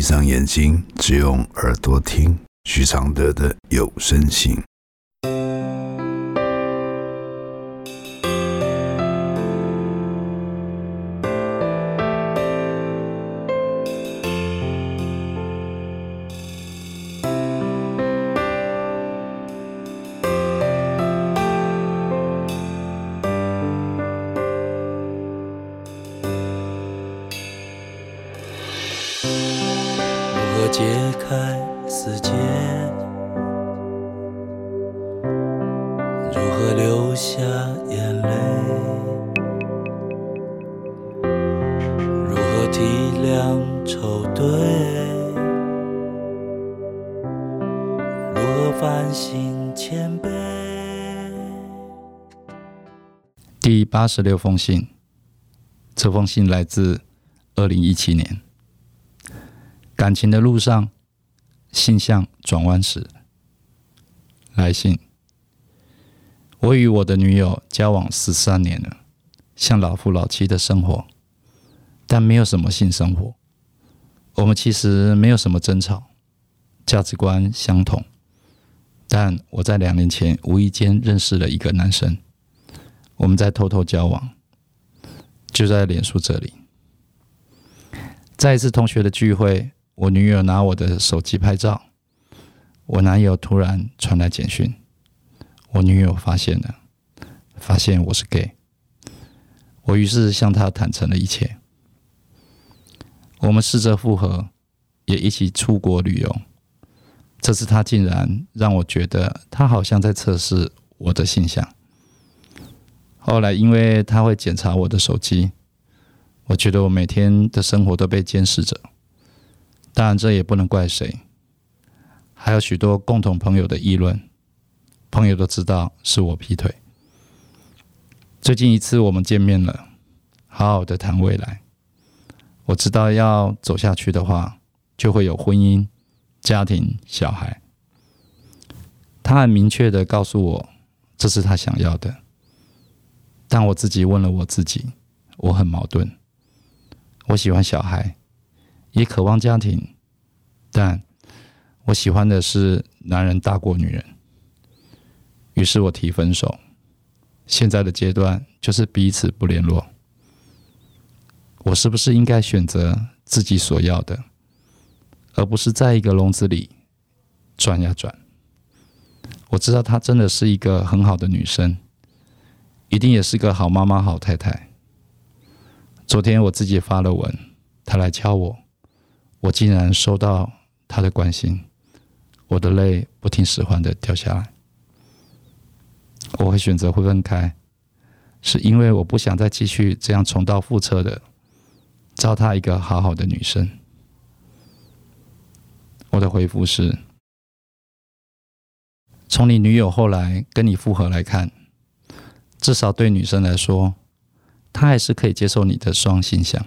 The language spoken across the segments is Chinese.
上眼睛，只用耳朵听许常德的有声信。 如何解开死结？如何流下眼泪？如何体谅愁对？如何反省谦卑？ 第86封信，这封信来自2017年。感情的路上，信向转弯时。来信：我与我的女友交往13年了，像老夫老妻的生活，但没有什么性生活。我们其实没有什么争吵，价值观相同。但我在2年前无意间认识了一个男生，我们在偷偷交往，就在脸书这里。在一次同学的聚会，我女友拿我的手机拍照，我男友突然传来简讯，我女友发现我是 gay， 我于是向他坦诚了一切。我们试着复合，也一起出国旅游。这次他竟然让我觉得他好像在测试我的性向。后来因为他会检查我的手机，我觉得我每天的生活都被监视着。当然这也不能怪谁，还有许多共同朋友的议论，朋友都知道是我劈腿。最近一次我们见面了，好好的谈未来。我知道要走下去的话，就会有婚姻、家庭、小孩。他很明确的告诉我，这是他想要的。但我自己问了我自己，我很矛盾。我喜欢小孩，也渴望家庭，但我喜欢的是男人大过女人。于是我提分手，现在的阶段就是彼此不联络。我是不是应该选择自己所要的，而不是在一个笼子里转呀转？我知道她真的是一个很好的女生，一定也是个好妈妈、好太太。昨天我自己发了文，她来敲我，我竟然收到她的关心，我的泪不听使唤的掉下来。我会选择会分开，是因为我不想再继续这样重蹈覆辙的糟蹋一个好好的女生。我的回复是：从你女友后来跟你复合来看，至少对女生来说，她还是可以接受你的双性向，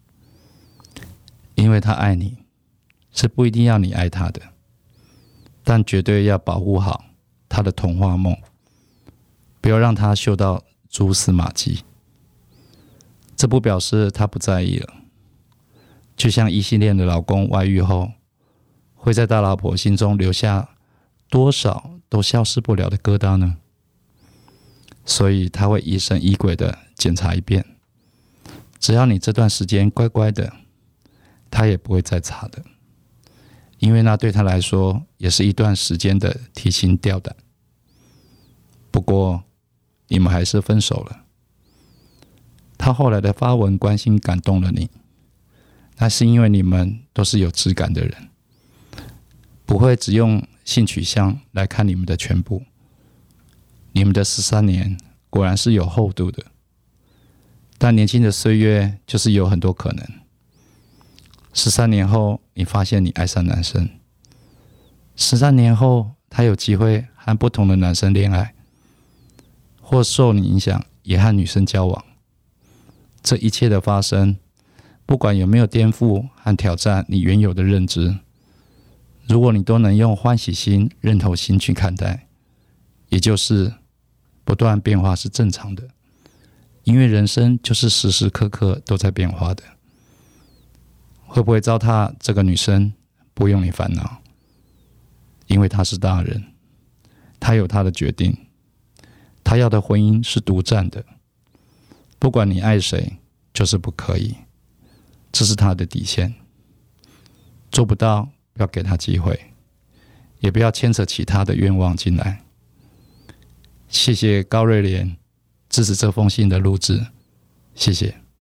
因为她爱你，是不一定要你爱她的，但绝对要保护好她的童话梦，不要让她嗅到蛛丝马迹。这不表示她不在意了，就像异性恋的老公外遇后，会在大老婆心中留下多少都消失不了的疙瘩呢？所以他会疑神疑鬼的检查一遍，只要你这段时间乖乖的，他也不会再查的，因为那对他来说也是一段时间的提心吊胆。不过你们还是分手了。他后来的发文关心感动了你，那是因为你们都是有质感的人，不会只用性取向来看你们的全部。你们的13年果然是有厚度的，但年轻的岁月就是有很多可能。13年后你发现你爱上男生，13年后他有机会和不同的男生恋爱，或受你影响也和女生交往。这一切的发生，不管有没有颠覆和挑战你原有的认知，如果你都能用欢喜心、认同心去看待，也就是不断变化是正常的，因为人生就是时时刻刻都在变化的。 会不会糟蹋这个女生，不用你烦恼，因为她是大人，她有她的决定，她要的婚姻是独占的，不管你爱谁，就是不可以，这是她的底线，做不到要给她机会，也不要牵扯其他的愿望进来。谢谢高瑞莲支持这封信的录制，谢谢。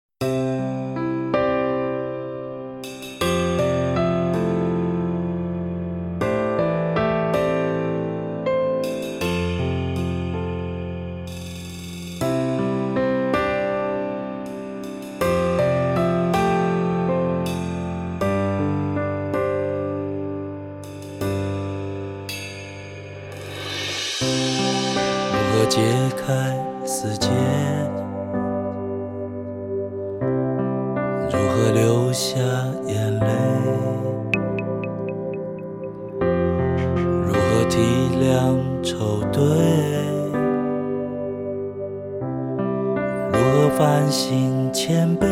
如何解开死结？如何流下眼泪？如何体谅愁对？如何反省谦卑？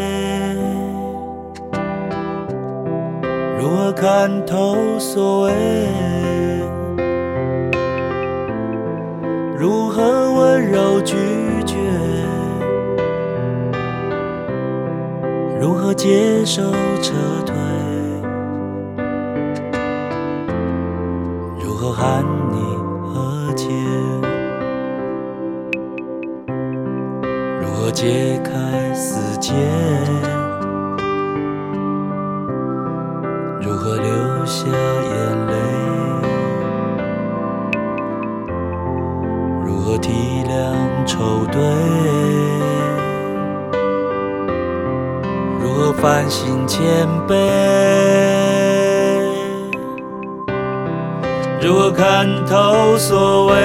如何看透所谓？如何温柔拒绝？如何接受撤退？如何和你和解？如何解开死结？如何流下眼泪？如何体谅愁对？如何反省谦卑？如何看透所谓？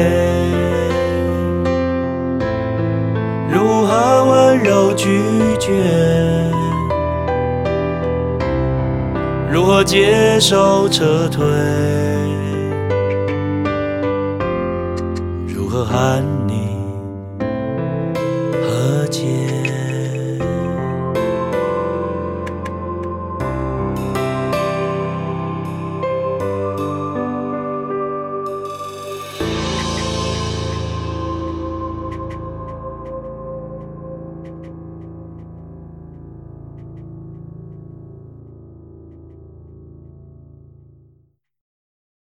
如何温柔拒绝？如何接受撤退？如何和